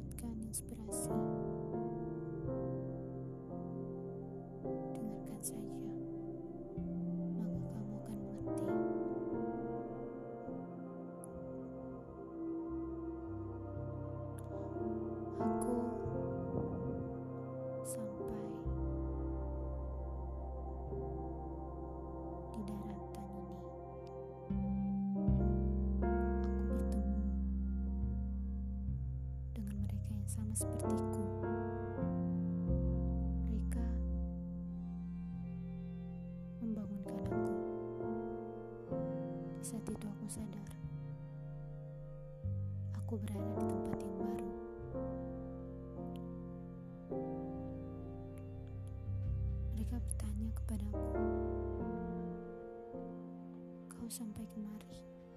mendapatkan inspirasi. Dengarkan saja, maka kamu akan mengerti. Aku sampai di daratan ini. Aku bertemu dengan mereka yang sama sepertiku. Mereka membangunkan aku. Di saat itu aku sadar, aku berada di tempat yang baru. Mereka bertanya kepadaku, "Kau sampai kemari?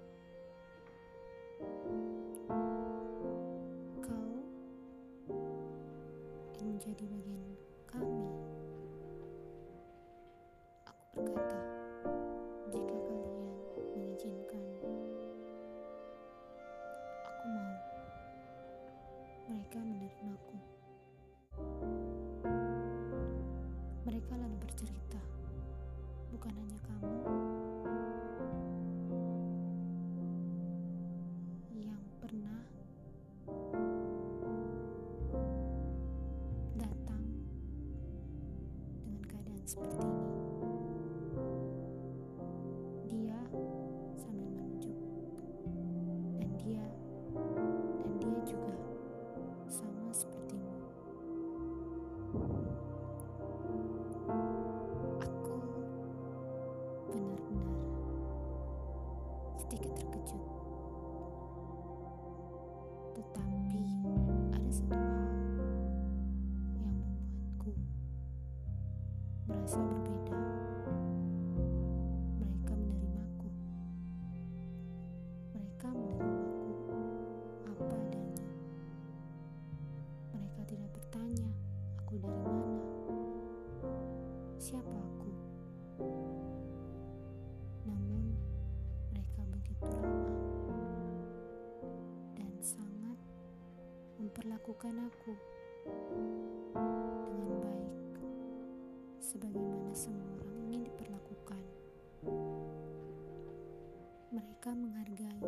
Kau ingin menjadi bagian kami?" Aku berkata, "Jika kalian mengizinkan, aku mau." Mereka menerimaku. Mereka lalu bercerita, bukan hanya kamu yang pernah datang dengan keadaan seperti ini. Dia sambil menunjuk, dan dia juga sama sepertimu. Aku benar-benar sedikit terkejut. Tetapi ada satu hal yang membuatku merasa berbeda. Mereka menerimaku. Mereka menerimaku apa adanya. Mereka tidak bertanya aku dari mana, siapa aku. Namun mereka begitu ramah dan sangat memperlakukan aku dengan baik, sebagaimana semua orang ingin diperlakukan. Mereka menghargai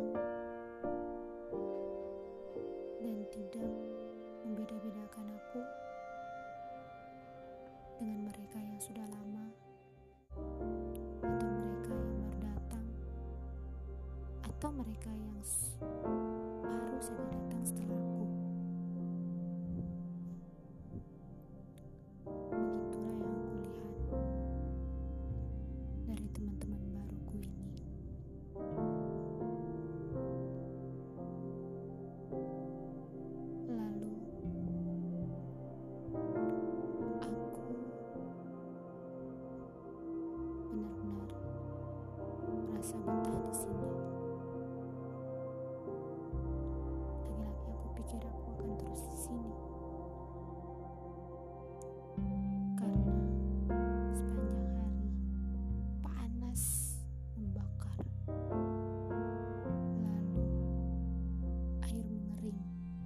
dan tidak membeda-bedakan aku dengan mereka yang sudah lama atau mereka yang baru datang atau mereka yang baru saja datang setelah aku. Begitulah yang aku lihat dari teman-teman baruku ini. Lalu aku benar-benar merasa betah di sini. Lagi-lagi aku pikir aku akan terus di sini. Karena sepanjang hari panas membakar. Lalu air mengering.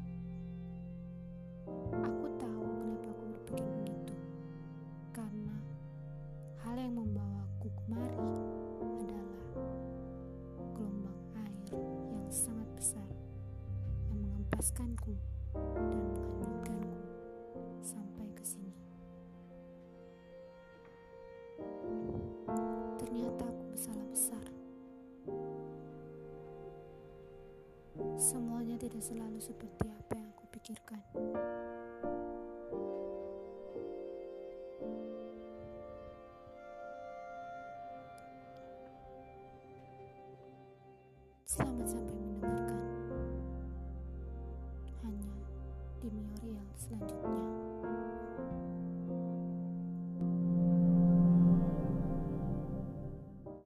Aku tahu kenapa aku berpikir begitu. Karena hal yang membawaku kemari adalah gelombang air yang sangat besar yang mengempaskanku dan menghanyutkanku sampai ke sini. Ternyata aku bersalah besar. Semuanya tidak selalu seperti apa yang aku pikirkan.